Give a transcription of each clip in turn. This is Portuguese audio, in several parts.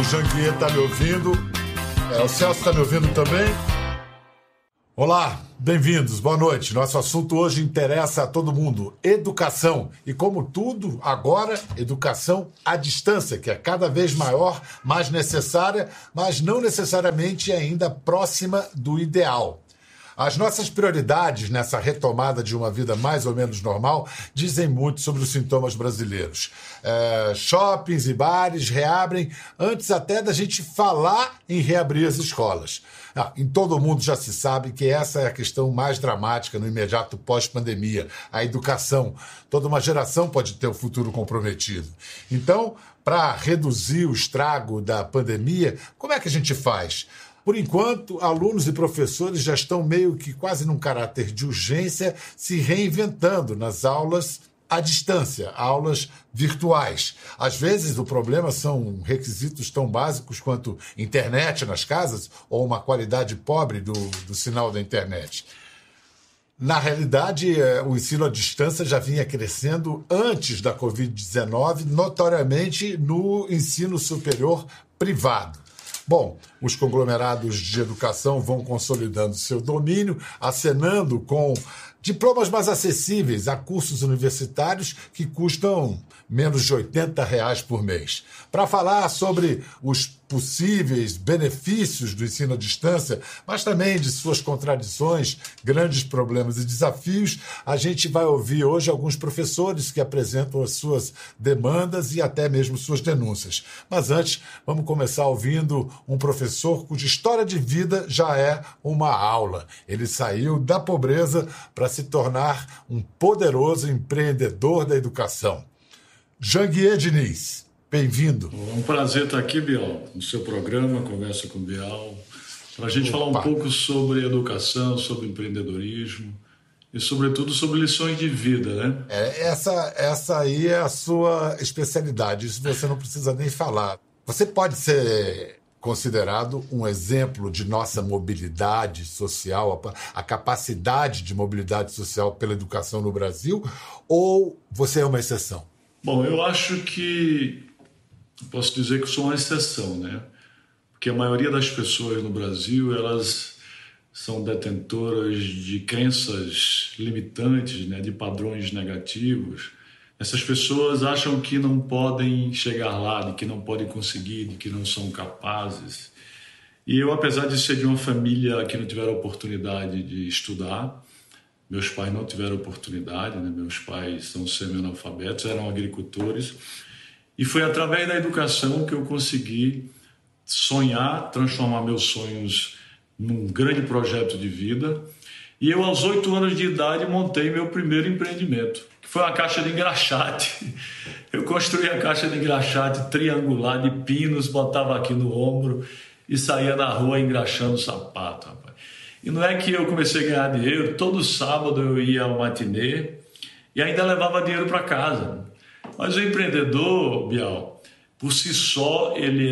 O Janguier está me ouvindo. O Celso está me ouvindo também. Olá, bem-vindos, boa noite. Nosso assunto hoje interessa a todo mundo, educação. E como tudo, agora, educação à distância, que é cada vez maior, mais necessária, mas não necessariamente ainda próxima do ideal. As nossas prioridades nessa retomada de uma vida mais ou menos normal dizem muito sobre os sintomas brasileiros. Shoppings e bares reabrem antes até da gente falar em reabrir as escolas. Em todo o mundo já se sabe que essa é a questão mais dramática no imediato pós-pandemia, a educação. Toda uma geração pode ter o futuro comprometido. Então, para reduzir o estrago da pandemia, como é que a gente faz? Por enquanto, alunos e professores já estão meio que quase num caráter de urgência se reinventando nas aulas à distância, aulas virtuais. Às vezes o problema são requisitos tão básicos quanto internet nas casas ou uma qualidade pobre do sinal da internet. Na realidade, o ensino à distância já vinha crescendo antes da Covid-19, notoriamente no ensino superior privado. Bom, os conglomerados de educação vão consolidando seu domínio, acenando com diplomas mais acessíveis a cursos universitários que custam menos de R$80 por mês. Para falar sobre os possíveis benefícios do ensino à distância, mas também de suas contradições, grandes problemas e desafios, a gente vai ouvir hoje alguns professores que apresentam as suas demandas e até mesmo suas denúncias. Mas antes, vamos começar ouvindo um professor cuja história de vida já é uma aula. Ele saiu da pobreza para se tornar um poderoso empreendedor da educação. Janguier Diniz, bem-vindo. É um prazer estar aqui, Bial, no seu programa, Conversa com o Bial, para a gente falar um pouco sobre educação, sobre empreendedorismo e, sobretudo, sobre lições de vida, né? Essa aí é a sua especialidade, isso você não precisa nem falar. Você pode ser considerado um exemplo de nossa mobilidade social, a capacidade de mobilidade social pela educação no Brasil, ou você é uma exceção? Bom, eu acho que posso dizer que eu sou uma exceção, né? Porque a maioria das pessoas no Brasil, elas são detentoras de crenças limitantes, né? De padrões negativos. Essas pessoas acham que não podem chegar lá, de que não podem conseguir, de que não são capazes. E eu, apesar de ser de uma família que não tiveram oportunidade de estudar, meus pais não tiveram oportunidade, né? Meus pais são semi-analfabetos, eram agricultores. E foi através da educação que eu consegui sonhar, transformar meus sonhos num grande projeto de vida. E eu, aos 8 anos de idade, montei meu primeiro empreendimento, que foi uma caixa de engraxate. Eu construí a caixa de engraxate triangular de pinos, botava aqui no ombro e saía na rua engraxando sapato, rapaz. E não é que eu comecei a ganhar dinheiro, todo sábado eu ia ao matinê e ainda levava dinheiro para casa. Mas o empreendedor, Bial, por si só, ele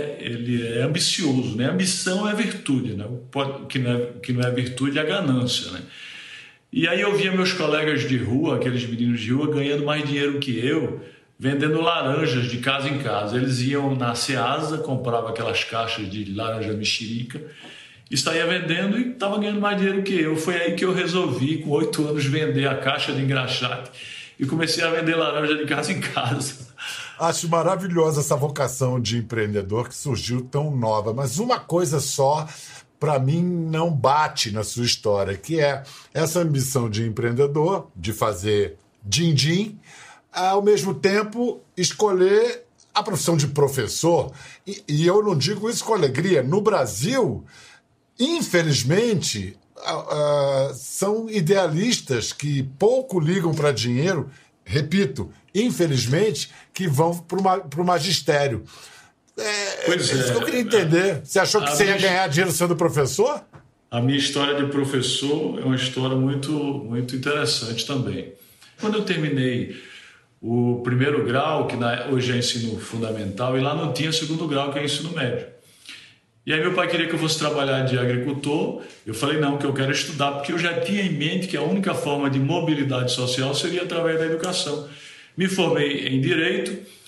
é ambicioso, né? Ambição é virtude, né? O que não é virtude é a ganância, né? E aí eu via meus colegas de rua, aqueles meninos de rua, ganhando mais dinheiro que eu, vendendo laranjas de casa em casa. Eles iam na Ceasa, compravam aquelas caixas de laranja mexerica, e saía vendendo e estava ganhando mais dinheiro que eu. Foi aí que eu resolvi, com 8 anos, vender a caixa de engraxate e comecei a vender laranja de casa em casa. Acho maravilhosa essa vocação de empreendedor que surgiu tão nova, mas uma coisa só, para mim, não bate na sua história, que é essa ambição de empreendedor, de fazer din-din, ao mesmo tempo escolher a profissão de professor. E eu não digo isso com alegria. No Brasil, infelizmente, são idealistas que pouco ligam para dinheiro, repito, infelizmente, que vão para o magistério. Isso que eu queria entender. Você achou que você ia ganhar dinheiro sendo professor? A minha história de professor é uma história muito, muito interessante também. Quando eu terminei o primeiro grau, que hoje é ensino fundamental, e lá não tinha segundo grau, que é ensino médio. E aí meu pai queria que eu fosse trabalhar de agricultor. Eu falei não, que eu quero estudar, porque eu já tinha em mente que a única forma de mobilidade social seria através da educação. Me formei em Direito,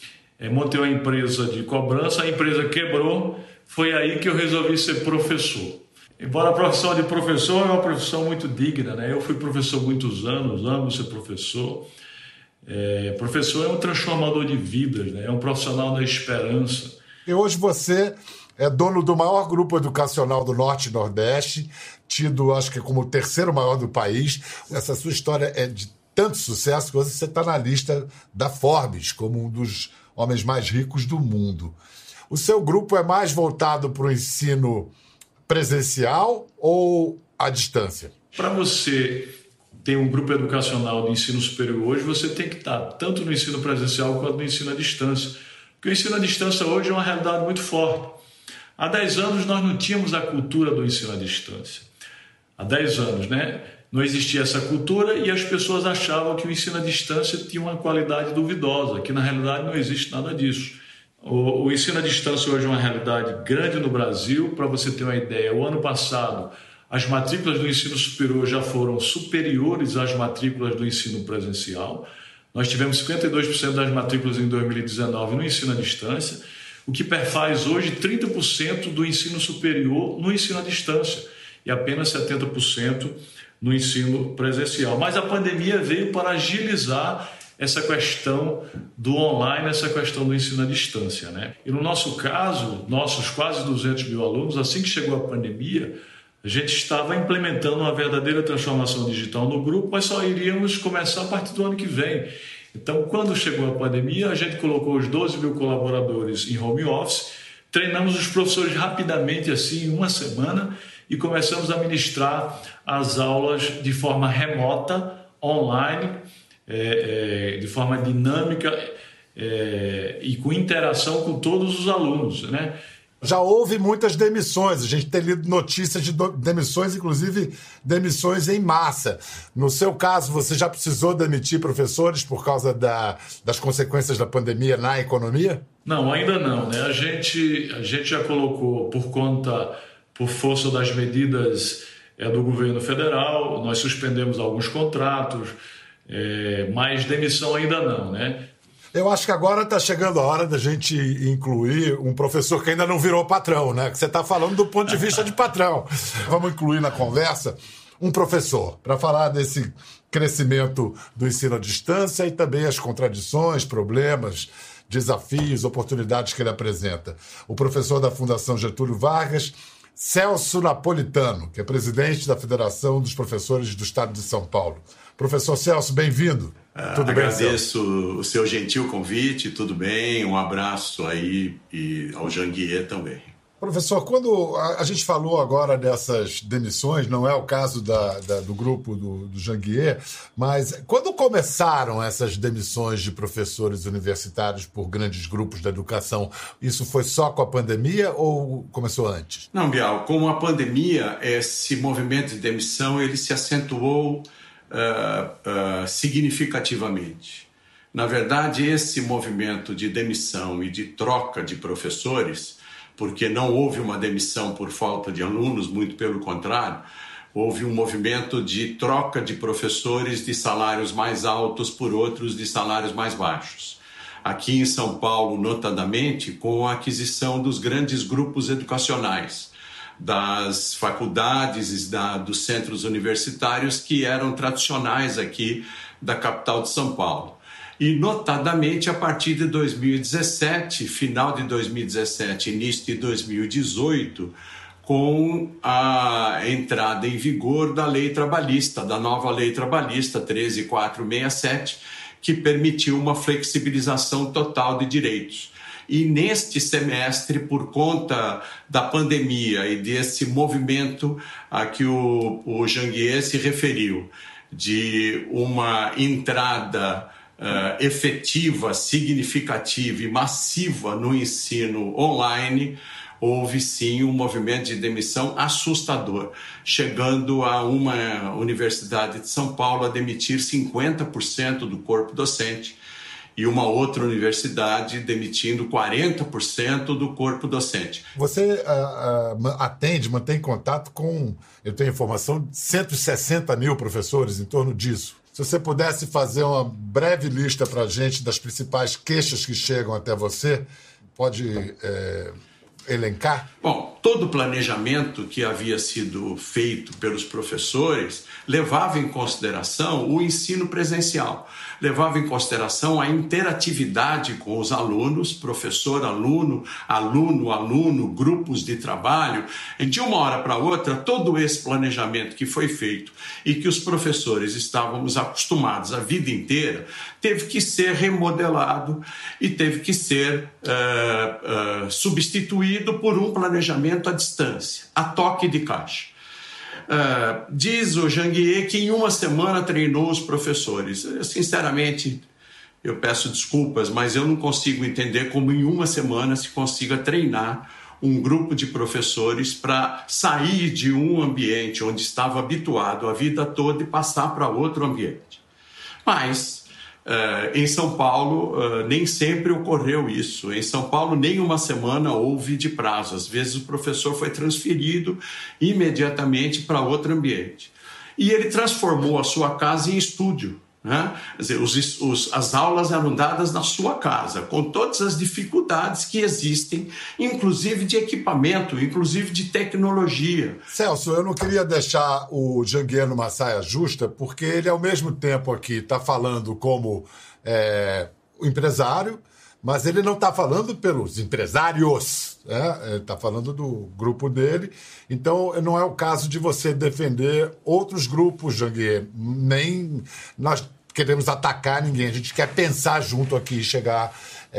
montei uma empresa de cobrança, a empresa quebrou, foi aí que eu resolvi ser professor. Embora a profissão de professor é uma profissão muito digna, né? Eu fui professor muitos anos, amo ser professor. Professor é um transformador de vidas, né? É um profissional da esperança. E hoje você é dono do maior grupo educacional do Norte e Nordeste, tido, acho que, como o terceiro maior do país. Essa sua história é de tanto sucesso que hoje você está na lista da Forbes como um dos homens mais ricos do mundo. O seu grupo é mais voltado para o ensino presencial ou à distância? Para você ter um grupo educacional de ensino superior hoje, você tem que estar tanto no ensino presencial quanto no ensino à distância. Porque o ensino à distância hoje é uma realidade muito forte. Há 10 anos nós não tínhamos a cultura do ensino à distância. Há 10 anos, né? Não existia essa cultura e as pessoas achavam que o ensino à distância tinha uma qualidade duvidosa, que na realidade não existe nada disso. O ensino à distância hoje é uma realidade grande no Brasil. Para você ter uma ideia, o ano passado as matrículas do ensino superior já foram superiores às matrículas do ensino presencial. Nós tivemos 52% das matrículas em 2019 no ensino à distância, o que perfaz hoje 30% do ensino superior no ensino à distância e apenas 70% no ensino presencial. Mas a pandemia veio para agilizar essa questão do online, essa questão do ensino à distância, né? E no nosso caso, nossos quase 200 mil alunos, assim que chegou a pandemia, a gente estava implementando uma verdadeira transformação digital no grupo, mas só iríamos começar a partir do ano que vem. Então, quando chegou a pandemia, a gente colocou os 12 mil colaboradores em home office, treinamos os professores rapidamente, assim, em uma semana, e começamos a ministrar as aulas de forma remota, online, de forma dinâmica e com interação com todos os alunos, né? Já houve muitas demissões, a gente tem lido notícias de demissões, inclusive demissões em massa. No seu caso, você já precisou demitir professores por causa das consequências da pandemia na economia? Não, ainda não, né? A gente já colocou por força das medidas do governo federal, nós suspendemos alguns contratos, mas demissão ainda não, né? Eu acho que agora está chegando a hora da gente incluir um professor que ainda não virou patrão, né? Que você está falando do ponto de vista de patrão. Vamos incluir na conversa um professor para falar desse crescimento do ensino à distância e também as contradições, problemas, desafios, oportunidades que ele apresenta. O professor da Fundação Getúlio Vargas, Celso Napolitano, que é presidente da Federação dos Professores do Estado de São Paulo. Professor Celso, bem-vindo. Tudo bem, agradeço o seu gentil convite, tudo bem? Um abraço aí e ao Janguier também. Professor, quando a gente falou agora dessas demissões, não é o caso do grupo do Janguier, mas quando começaram essas demissões de professores universitários por grandes grupos da educação, isso foi só com a pandemia ou começou antes? Não, Bial, com a pandemia, esse movimento de demissão ele se acentuou significativamente. Na verdade, esse movimento de demissão e de troca de professores, porque não houve uma demissão por falta de alunos, muito pelo contrário, houve um movimento de troca de professores de salários mais altos por outros de salários mais baixos. Aqui em São Paulo, notadamente, com a aquisição dos grandes grupos educacionais, das faculdades e dos centros universitários que eram tradicionais aqui da capital de São Paulo. E, notadamente, a partir de 2017, final de 2017, início de 2018, com a entrada em vigor da lei trabalhista, da nova lei trabalhista 13.467, que permitiu uma flexibilização total de direitos. E neste semestre, por conta da pandemia e desse movimento a que o Janguier se referiu, de uma entrada efetiva, significativa e massiva no ensino online, houve sim um movimento de demissão assustador, chegando a uma universidade de São Paulo a demitir 50% do corpo docente, e uma outra universidade demitindo 40% do corpo docente. Você mantém contato com, eu tenho informação, 160 mil professores, em torno disso. se você pudesse fazer uma breve lista para a gente das principais queixas que chegam até você, pode elencar? Bom, todo o planejamento que havia sido feito pelos professores levava em consideração o ensino presencial, levava em consideração a interatividade com os alunos, professor, aluno, aluno, grupos de trabalho. E de uma hora para outra, todo esse planejamento que foi feito e que os professores estávamos acostumados a vida inteira, teve que ser remodelado e teve que ser substituído por um planejamento à distância, a toque de caixa. Diz o Janguier que em uma semana treinou os professores. Sinceramente, eu peço desculpas, mas eu não consigo entender como em uma semana se consiga treinar um grupo de professores para sair de um ambiente onde estava habituado a vida toda e passar para outro ambiente. Mas em São Paulo nem sempre ocorreu isso. Em São Paulo nem uma semana houve de prazo. Às vezes o professor foi transferido imediatamente para outro ambiente. E ele transformou a sua casa em estúdio, né? Quer dizer, as aulas eram dadas na sua casa, com todas as dificuldades que existem, inclusive de equipamento, inclusive de tecnologia. Celso, eu não queria deixar o Janguier numa saia justa, porque ele, ao mesmo tempo aqui, está falando como o empresário, mas ele não está falando pelos empresários, né? Ele está falando do grupo dele. Então, não é o caso de você defender outros grupos, Janguier. Nem nós queremos atacar ninguém. A gente quer pensar junto aqui e chegar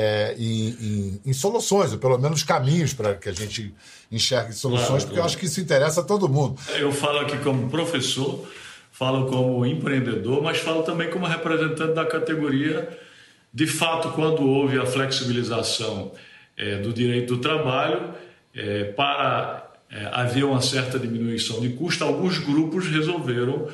em soluções, ou pelo menos caminhos para que a gente enxergue soluções, porque eu acho que isso interessa a todo mundo. Eu falo aqui como professor, falo como empreendedor, mas falo também como representante da categoria. De fato, quando houve a flexibilização do direito do trabalho, para haver uma certa diminuição de custo, alguns grupos resolveram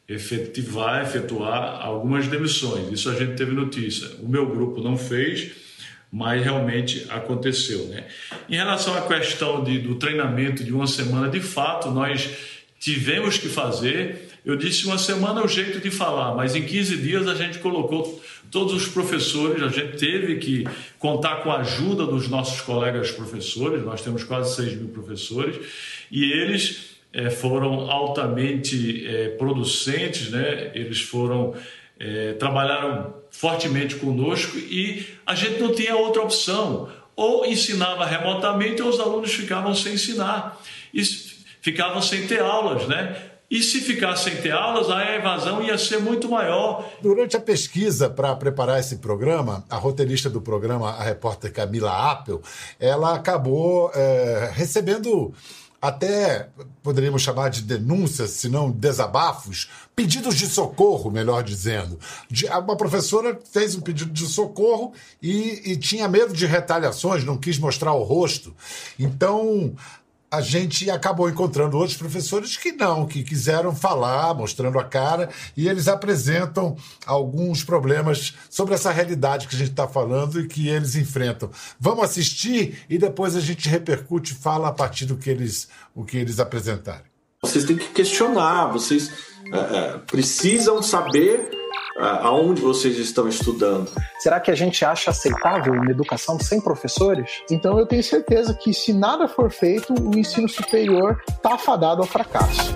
efetuar algumas demissões. Isso a gente teve notícia. O meu grupo não fez, mas realmente aconteceu, né? Em relação à questão do treinamento de uma semana, de fato, nós tivemos que fazer. Eu disse uma semana é o jeito de falar, mas em 15 dias a gente colocou todos os professores, a gente teve que contar com a ajuda dos nossos colegas professores, nós temos quase 6.000 professores, e eles foram altamente producentes, né? Eles trabalharam fortemente conosco e a gente não tinha outra opção. Ou ensinava remotamente ou os alunos ficavam sem ensinar, e ficavam sem ter aulas, né? E se ficasse sem ter aulas, a evasão ia ser muito maior. Durante a pesquisa para preparar esse programa, a roteirista do programa, a repórter Camila Appel, ela acabou recebendo até, poderíamos chamar de denúncias, se não desabafos, pedidos de socorro, melhor dizendo. Uma professora fez um pedido de socorro e tinha medo de retaliações, não quis mostrar o rosto. Então, a gente acabou encontrando outros professores que quiseram falar, mostrando a cara, e eles apresentam alguns problemas sobre essa realidade que a gente está falando e que eles enfrentam. Vamos assistir e depois a gente repercute e fala a partir do que eles apresentarem. Vocês têm que questionar, vocês precisam saber aonde vocês estão estudando. Será que a gente acha aceitável uma educação sem professores? Então eu tenho certeza que se nada for feito, o ensino superior está afadado ao fracasso.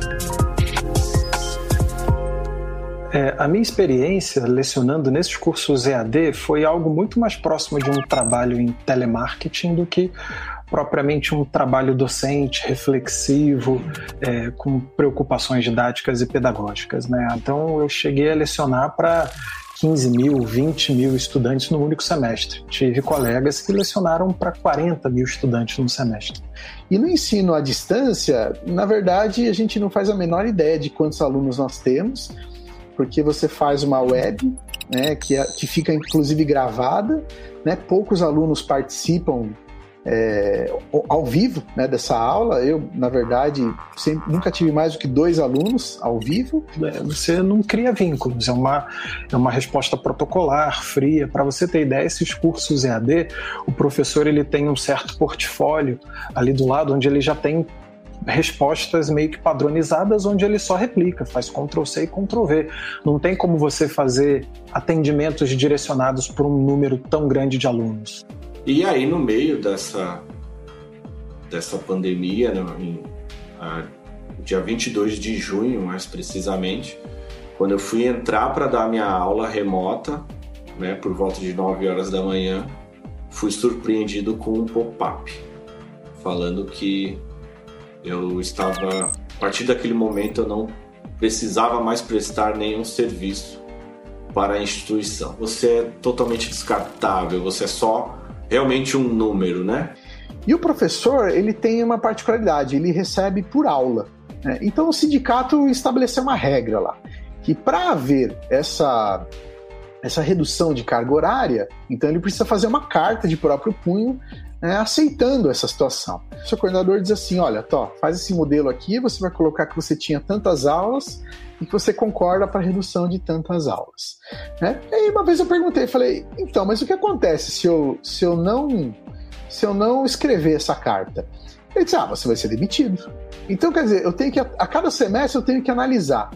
A minha experiência lecionando nesses cursos EAD foi algo muito mais próximo de um trabalho em telemarketing do que propriamente um trabalho docente, reflexivo, com preocupações didáticas e pedagógicas, né? Então eu cheguei a lecionar para 15.000, 20.000 estudantes no único semestre. Tive colegas que lecionaram para 40.000 estudantes no semestre. E no ensino à distância, na verdade, a gente não faz a menor ideia de quantos alunos nós temos, porque você faz uma web, né, que fica inclusive gravada, né? Poucos alunos participam ao vivo, né, dessa aula. Eu, na verdade, nunca tive mais do que 2 alunos ao vivo. Você não cria vínculos, é uma resposta protocolar, fria. Para você ter ideia, esses cursos EAD, o professor ele tem um certo portfólio ali do lado, onde ele já tem respostas meio que padronizadas, onde ele só replica, faz Ctrl+C e Ctrl+V. Não tem como você fazer atendimentos direcionados para um número tão grande de alunos. E aí, no meio dessa pandemia, dia 22 de junho, mais precisamente, quando eu fui entrar para dar minha aula remota, né, por volta de 9 horas da manhã, fui surpreendido com um pop-up, falando que eu estava, a partir daquele momento, eu não precisava mais prestar nenhum serviço para a instituição. Você é totalmente descartável, você é só realmente um número, né? E o professor, ele tem uma particularidade, ele recebe por aula, né? Então o sindicato estabeleceu uma regra lá, que para haver essa redução de carga horária, então ele precisa fazer uma carta de próprio punho, né, aceitando essa situação. O seu coordenador diz assim, olha, faz esse modelo aqui, você vai colocar que você tinha tantas aulas e que você concorda para a redução de tantas aulas. Né? E aí uma vez eu perguntei, falei, então, mas o que acontece se eu não escrever essa carta? Ele disse, você vai ser demitido. Então, quer dizer, eu tenho que, a cada semestre eu tenho que analisar,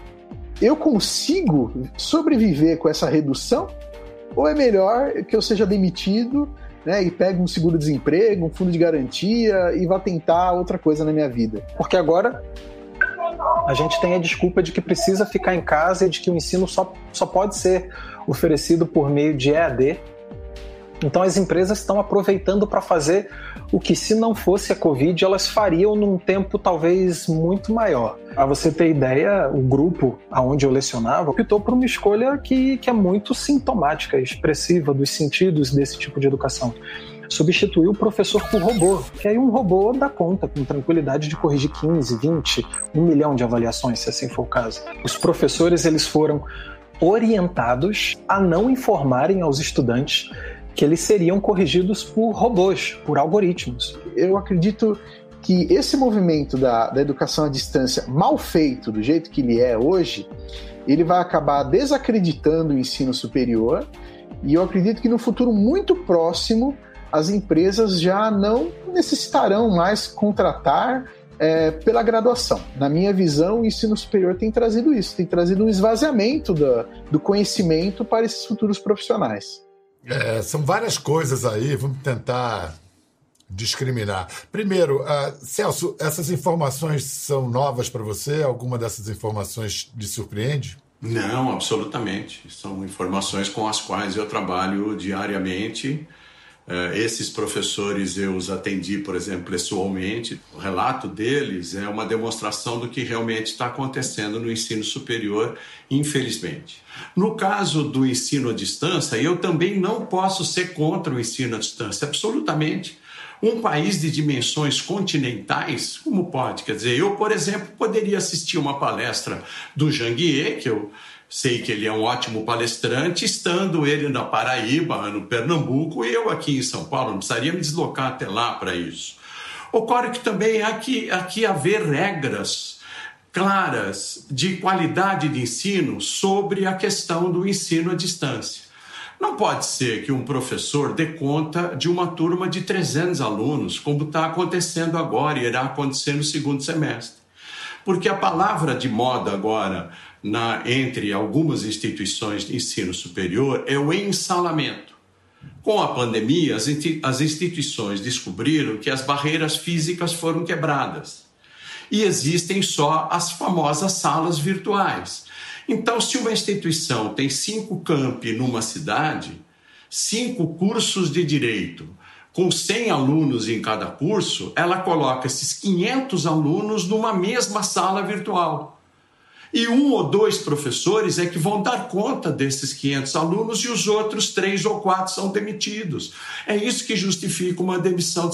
eu consigo sobreviver com essa redução? Ou é melhor que eu seja demitido, né, e pegue um seguro-desemprego, um fundo de garantia e vá tentar outra coisa na minha vida? Porque agora a gente tem a desculpa de que precisa ficar em casa e de que o ensino só pode ser oferecido por meio de EAD. Então as empresas estão aproveitando para fazer o que, se não fosse a Covid, elas fariam num tempo talvez muito maior. Para você ter ideia, o grupo onde eu lecionava optou por uma escolha que é muito sintomática, expressiva dos sentidos desse tipo de educação. Substituiu o professor por robô, que aí um robô dá conta com tranquilidade de corrigir 15, 20, 1 milhão de avaliações, se assim for o caso. Os professores, eles foram orientados a não informarem aos estudantes que eles seriam corrigidos por robôs, por algoritmos. Eu acredito que esse movimento da educação à distância, mal feito do jeito que ele é hoje, ele vai acabar desacreditando o ensino superior, e eu acredito que no futuro muito próximo as empresas já não necessitarão mais contratar pela graduação. Na minha visão, o ensino superior tem trazido isso, tem trazido um esvaziamento do conhecimento para esses futuros profissionais. São várias coisas aí, vamos tentar discriminar. Primeiro, Celso, essas informações são novas para você? Alguma dessas informações lhe surpreende? Não, absolutamente. São informações com as quais eu trabalho diariamente. Esses professores eu os atendi, por exemplo, pessoalmente. O relato deles é uma demonstração do que realmente está acontecendo no ensino superior, infelizmente. No caso do ensino à distância, eu também não posso ser contra o ensino à distância, absolutamente. Um país de dimensões continentais, como pode? Quer dizer, eu, por exemplo, poderia assistir uma palestra do Janguier, que eu sei que ele é um ótimo palestrante, estando ele na Paraíba, no Pernambuco, e eu aqui em São Paulo, não precisaria me deslocar até lá para isso. Ocorre que também há que haver regras claras de qualidade de ensino sobre a questão do ensino à distância. Não pode ser que um professor dê conta de uma turma de 300 alunos, como está acontecendo agora e irá acontecer no segundo semestre. Porque a palavra de moda agora, entre algumas instituições de ensino superior, é o ensalamento. Com a pandemia, as instituições descobriram que as barreiras físicas foram quebradas. E existem só as famosas salas virtuais. Então, se uma instituição tem 5 campi numa cidade, 5 cursos de direito, com 100 alunos em cada curso, ela coloca esses 500 alunos numa mesma sala virtual. E 1 ou 2 professores é que vão dar conta desses 500 alunos e os outros 3 ou 4 são demitidos. É isso que justifica uma demissão de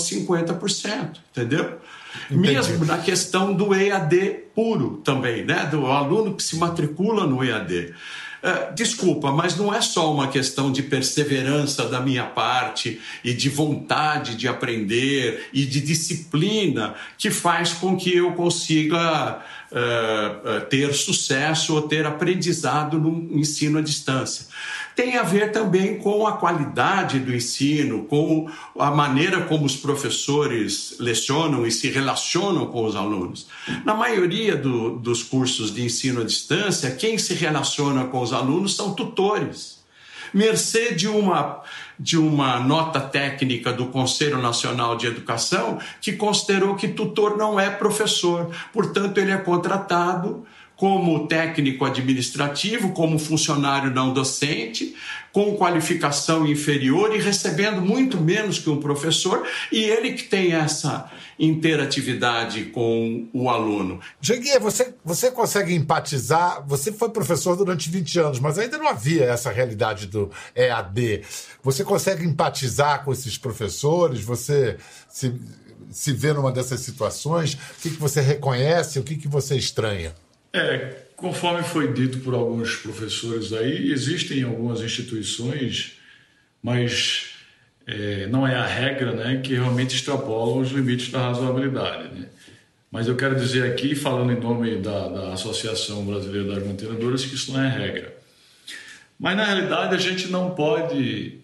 50%, entendeu? Entendi. Mesmo na questão do EAD puro também, né? Do aluno que se matricula no EAD. Desculpa, mas não é só uma questão de perseverança da minha parte e de vontade de aprender e de disciplina que faz com que eu consiga ter sucesso ou ter aprendizado no ensino à distância. Tem a ver também com a qualidade do ensino, com a maneira como os professores lecionam e se relacionam com os alunos. Na maioria dos cursos de ensino à distância, quem se relaciona com os alunos são tutores. Mercê de uma nota técnica do Conselho Nacional de Educação que considerou que tutor não é professor, portanto ele é contratado como técnico administrativo, como funcionário não docente, com qualificação inferior e recebendo muito menos que um professor, e ele que tem essa interatividade com o aluno. Jeguia, você consegue empatizar? Você foi professor durante 20 anos, mas ainda não havia essa realidade do EAD. Você consegue empatizar com esses professores? Você se vê numa dessas situações? O que você reconhece? O que você estranha? Conforme foi dito por alguns professores aí, existem algumas instituições, mas não é a regra, né, que realmente extrapolam os limites da razoabilidade, né? Mas eu quero dizer aqui, falando em nome da Associação Brasileira das Mantenedoras, que isso não é regra. Mas, na realidade, a gente não pode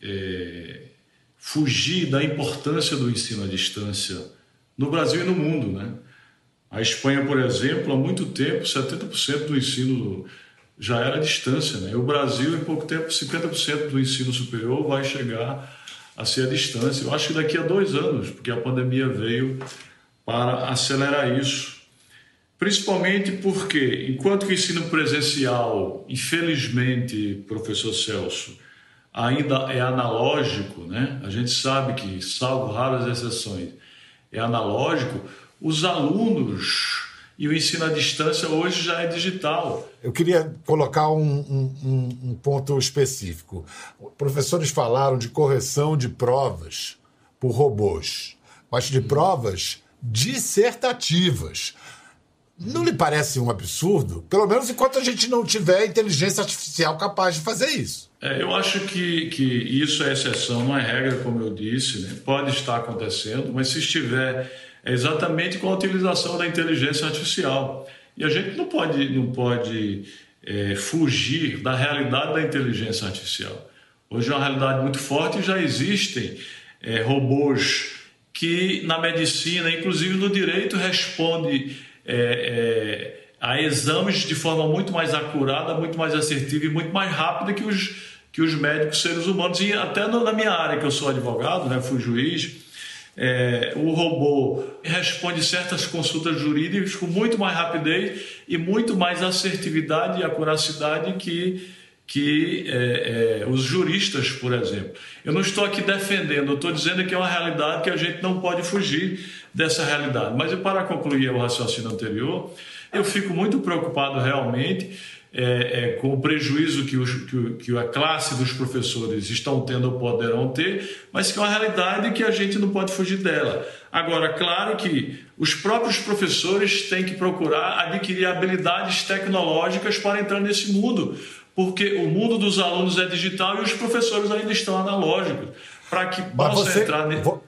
fugir da importância do ensino à distância no Brasil e no mundo, né? A Espanha, por exemplo, há muito tempo, 70% do ensino já era à distância, né? O Brasil, em pouco tempo, 50% do ensino superior vai chegar a ser à distância. Eu acho que daqui a 2 anos, porque a pandemia veio para acelerar isso. Principalmente porque, enquanto que o ensino presencial, infelizmente, professor Celso, ainda é analógico, né? A gente sabe que, salvo raras exceções, é analógico. Os alunos e o ensino à distância hoje já é digital. Eu queria colocar um ponto específico. Professores falaram de correção de provas por robôs, mas de provas dissertativas. Não lhe parece um absurdo? Pelo menos enquanto a gente não tiver inteligência artificial capaz de fazer isso. Eu acho que isso é exceção, não é regra, como eu disse, né? Pode estar acontecendo, mas se estiver, é exatamente com a utilização da inteligência artificial. E a gente não pode fugir da realidade da inteligência artificial. Hoje é uma realidade muito forte e já existem robôs que na medicina, inclusive no direito, respondem a exames de forma muito mais acurada, muito mais assertiva e muito mais rápida que os médicos seres humanos. E até na minha área, que eu sou advogado, né, fui juiz, o robô responde certas consultas jurídicas com muito mais rapidez e muito mais assertividade e acuracidade que os juristas, por exemplo. Eu não estou aqui defendendo, eu estou dizendo que é uma realidade que a gente não pode fugir dessa realidade. Mas para concluir o raciocínio anterior, eu fico muito preocupado realmente com o prejuízo que a classe dos professores estão tendo ou poderão ter, mas que é uma realidade que a gente não pode fugir dela. Agora, claro que os próprios professores têm que procurar adquirir habilidades tecnológicas para entrar nesse mundo, porque o mundo dos alunos é digital e os professores ainda estão analógicos, para que possam entrar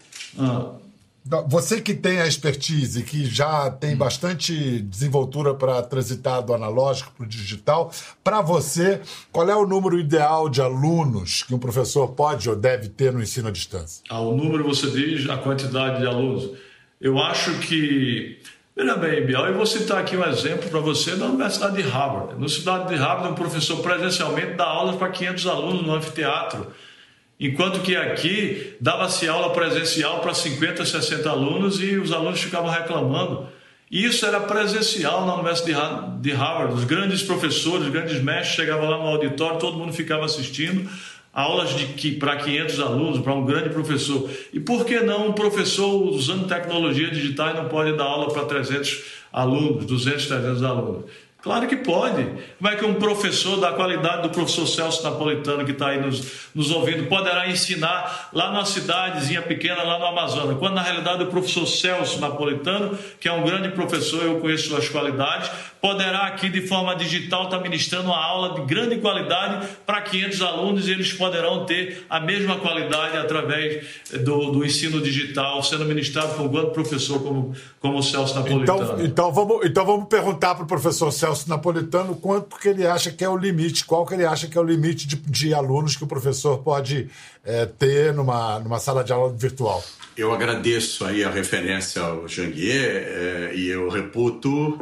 Você que tem a expertise, que já tem bastante desenvoltura para transitar do analógico para o digital, para você, qual é o número ideal de alunos que um professor pode ou deve ter no ensino à distância? O número, você diz, a quantidade de alunos. Eu acho que... Veja bem, Bial, eu vou citar aqui um exemplo para você da Universidade de Harvard. Na Universidade de Harvard, um professor presencialmente dá aulas para 500 alunos no anfiteatro. Enquanto que aqui dava-se aula presencial para 50, 60 alunos e os alunos ficavam reclamando. Isso era presencial na Universidade de Harvard. Os grandes professores, os grandes mestres chegavam lá no auditório, todo mundo ficava assistindo aulas para 500 alunos, para um grande professor. E por que não um professor usando tecnologia digital não pode dar aula para 300 alunos, 200, 300 alunos? Claro que pode. Como é que um professor da qualidade do professor Celso Napolitano, que está aí nos ouvindo, poderá ensinar lá numa cidadezinha pequena, lá no Amazonas, quando na realidade o professor Celso Napolitano, que é um grande professor, eu conheço suas qualidades, poderá aqui de forma digital estar ministrando uma aula de grande qualidade para 500 alunos e eles poderão ter a mesma qualidade através do ensino digital sendo ministrado por um grande professor como o Celso Napolitano. Então vamos perguntar para o professor Celso Napolitano quanto que ele acha que é o limite, qual que ele acha que é o limite de alunos que o professor pode ter numa sala de aula virtual. Eu agradeço aí a referência ao Janguier e eu reputo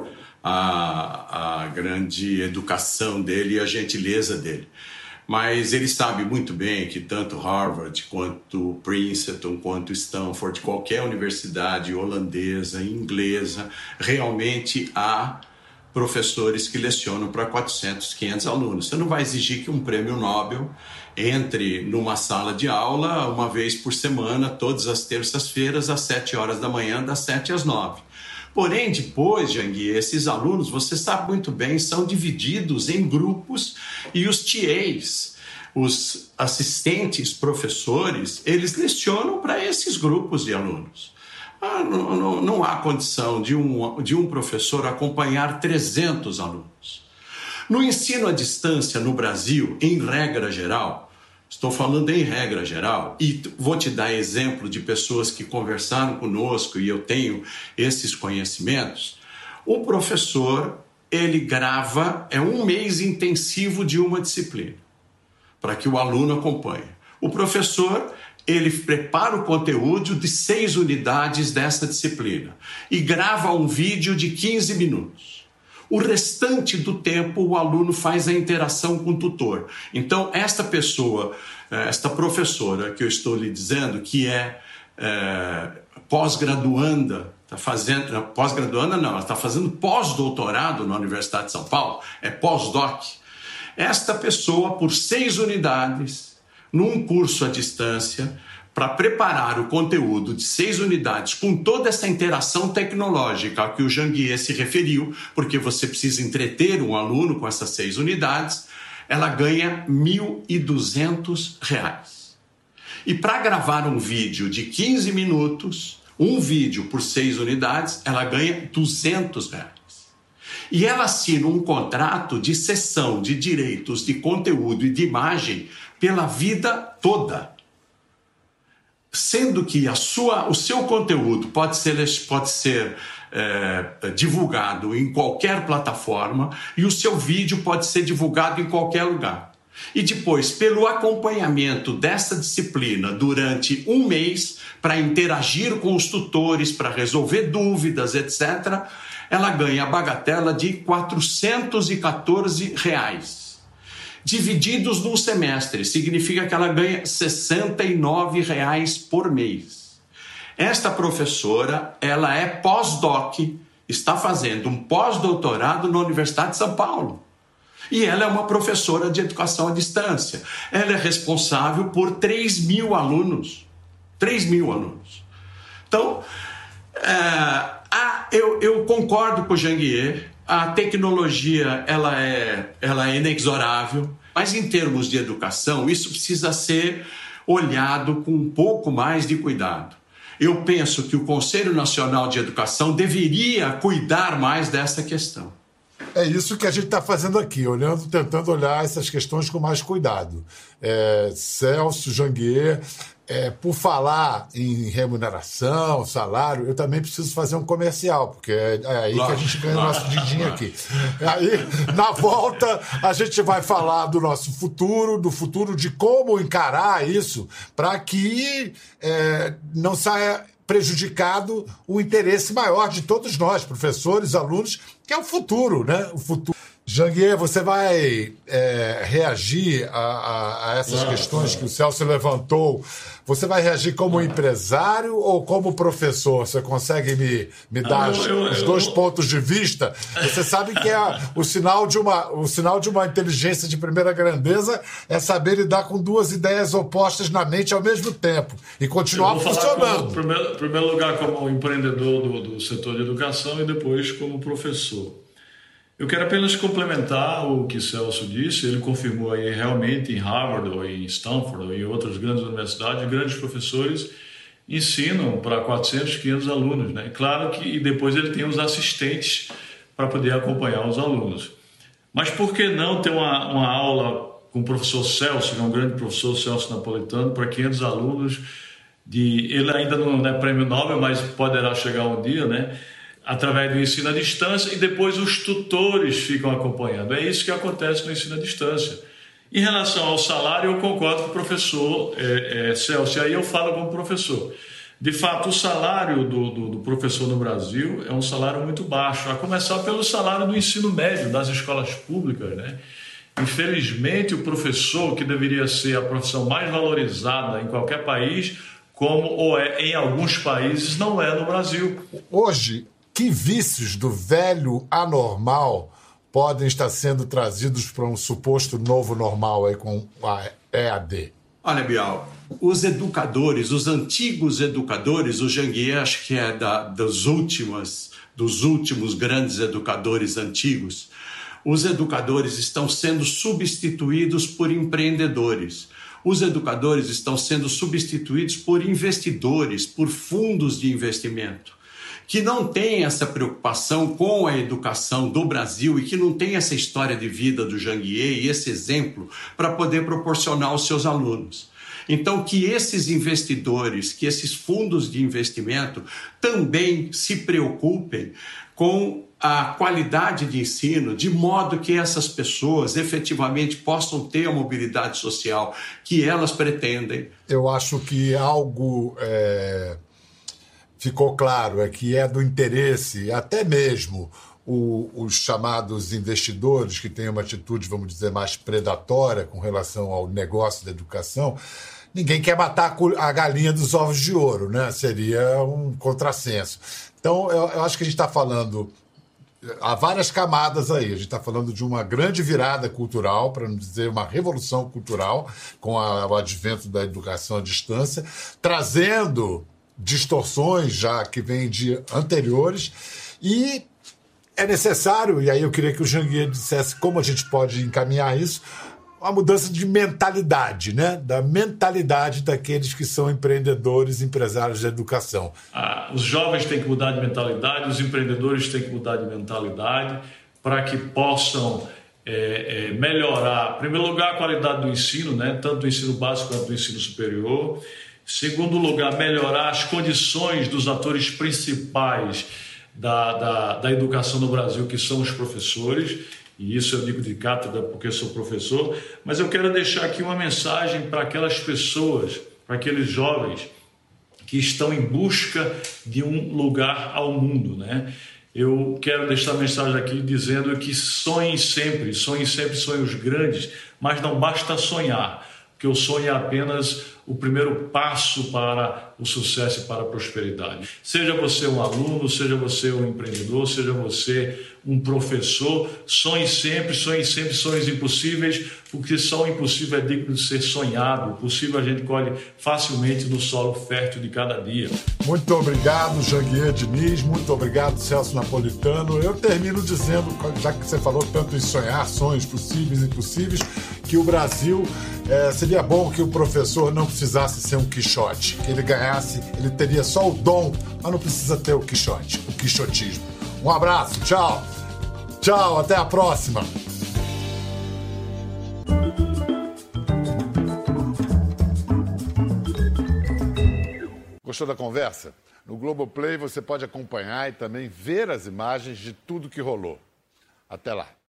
a grande educação dele e a gentileza dele. Mas ele sabe muito bem que tanto Harvard, quanto Princeton, quanto Stanford, qualquer universidade holandesa, inglesa, realmente há professores que lecionam para 400, 500 alunos. Você não vai exigir que um prêmio Nobel entre numa sala de aula uma vez por semana, todas as terças-feiras, às 7 horas da manhã, das 7 às 9. Porém, depois, Janguier, esses alunos, você sabe muito bem, são divididos em grupos e os TAs, os assistentes professores, eles lecionam para esses grupos de alunos. Não há condição de um professor acompanhar 300 alunos. No ensino à distância no Brasil, em regra geral, estou falando em regra geral, e vou te dar exemplo de pessoas que conversaram conosco e eu tenho esses conhecimentos. O professor, ele grava, um mês intensivo de uma disciplina, para que o aluno acompanhe. O professor, ele prepara o conteúdo de 6 unidades dessa disciplina e grava um vídeo de 15 minutos. O restante do tempo, o aluno faz a interação com o tutor. Então, esta professora que eu estou lhe dizendo, que é pós-graduanda, ela está fazendo pós-doutorado na Universidade de São Paulo, é pós-doc. Esta pessoa, por 6 unidades, num curso à distância, para preparar o conteúdo de 6 unidades com toda essa interação tecnológica a que o Janguier se referiu, porque você precisa entreter um aluno com essas 6 unidades, ela ganha R$ 1.200. E para gravar um vídeo de 15 minutos, um vídeo por 6 unidades, ela ganha R$ 200. E ela assina um contrato de cessão de direitos de conteúdo e de imagem pela vida toda. Sendo que o seu conteúdo pode ser divulgado em qualquer plataforma e o seu vídeo pode ser divulgado em qualquer lugar. E depois, pelo acompanhamento dessa disciplina durante um mês, para interagir com os tutores, para resolver dúvidas, etc., ela ganha a bagatela de R$ 414. Divididos num semestre, significa que ela ganha R$ 69 por mês. Esta professora, ela é pós-doc, está fazendo um pós-doutorado na Universidade de São Paulo. E ela é uma professora de educação à distância. Ela é responsável por 3.000 alunos. 3.000 alunos. Então, eu concordo com o Janguier. A tecnologia ela é inexorável, mas em termos de educação, isso precisa ser olhado com um pouco mais de cuidado. Eu penso que o Conselho Nacional de Educação deveria cuidar mais dessa questão. É isso que a gente está fazendo aqui, tentando olhar essas questões com mais cuidado. Celso, Janguier, por falar em remuneração, salário, eu também preciso fazer um comercial, porque é aí que a gente ganha o nosso din-din aqui. Aí, na volta, a gente vai falar do nosso futuro, do futuro de como encarar isso, para que não saia prejudicado o interesse maior de todos nós, professores, alunos, que é o futuro, né? O futuro. Janguier, você vai reagir a essas questões que o Celso levantou? Você vai reagir como empresário ou como professor? Você consegue me dar os dois pontos de vista? Você sabe que o sinal de uma inteligência de primeira grandeza é saber lidar com 2 ideias opostas na mente ao mesmo tempo e continuar funcionando. Em primeiro lugar, como empreendedor do setor de educação e depois como professor. Eu quero apenas complementar o que Celso disse. Ele confirmou aí realmente em Harvard ou em Stanford ou em outras grandes universidades, grandes professores ensinam para 400, 500 alunos, né? Claro que depois ele tem os assistentes para poder acompanhar os alunos. Mas por que não ter uma aula com o professor Celso, que é um grande professor, Celso Napolitano, para 500 alunos, ele ainda não é prêmio Nobel, mas poderá chegar um dia, né? Através do ensino à distância, e depois os tutores ficam acompanhando. É isso que acontece no ensino à distância. Em relação ao salário, eu concordo com o professor Celso, e aí eu falo como professor. De fato, o salário do professor no Brasil é um salário muito baixo, a começar pelo salário do ensino médio, das escolas públicas, né? Infelizmente, o professor, que deveria ser a profissão mais valorizada em qualquer país, como ou é em alguns países, não é no Brasil. Hoje, que vícios do velho anormal podem estar sendo trazidos para um suposto novo normal aí com a EAD? Olha, Bial, os educadores, os antigos educadores, o Janguier acho que é dos últimos grandes educadores antigos, os educadores estão sendo substituídos por empreendedores. Os educadores estão sendo substituídos por investidores, por fundos de investimento, que não têm essa preocupação com a educação do Brasil e que não têm essa história de vida do Janguier e esse exemplo para poder proporcionar aos seus alunos. Então, que esses investidores, que esses fundos de investimento também se preocupem com a qualidade de ensino, de modo que essas pessoas efetivamente possam ter a mobilidade social que elas pretendem. Eu acho que algo ficou claro, é que é do interesse, até mesmo os chamados investidores, que têm uma atitude, vamos dizer, mais predatória com relação ao negócio da educação. Ninguém quer matar a galinha dos ovos de ouro, né? Seria um contrassenso. Então, eu acho que a gente está falando... Há várias camadas aí. A gente está falando de uma grande virada cultural, para não dizer uma revolução cultural, com o advento da educação à distância, trazendo distorções já que vêm de anteriores, e é necessário, e aí eu queria que o Janguier dissesse como a gente pode encaminhar isso, uma mudança de mentalidade, né? Da mentalidade daqueles que são empreendedores, empresários da educação. Os jovens têm que mudar de mentalidade, os empreendedores têm que mudar de mentalidade para que possam melhorar, em primeiro lugar, a qualidade do ensino, né? Tanto do ensino básico quanto do ensino superior. Em segundo lugar, melhorar as condições dos atores principais da educação no Brasil, que são os professores. E isso eu digo de cátedra porque sou professor, mas eu quero deixar aqui uma mensagem para aquelas pessoas, para aqueles jovens que estão em busca de um lugar ao mundo, né? Eu quero deixar a mensagem aqui dizendo que sonhem sempre sonhos grandes, mas não basta sonhar, porque o sonho é apenas o primeiro passo para o sucesso e para a prosperidade. Seja você um aluno, seja você um empreendedor, seja você um professor, sonhe sempre sonhos impossíveis, porque só o impossível é digno de ser sonhado. O possível a gente colhe facilmente no solo fértil de cada dia. Muito obrigado, Janguier Diniz, muito obrigado, Celso Napolitano. Eu termino dizendo, já que você falou tanto em sonhar, sonhos possíveis e impossíveis, que o Brasil, seria bom que o professor não precisasse ser um Quixote, que ele ganhasse, ele teria só o dom, mas não precisa ter o Quixote, o quixotismo. Um abraço, tchau. Tchau, até a próxima. Gostou da conversa? No Globoplay você pode acompanhar e também ver as imagens de tudo que rolou. Até lá.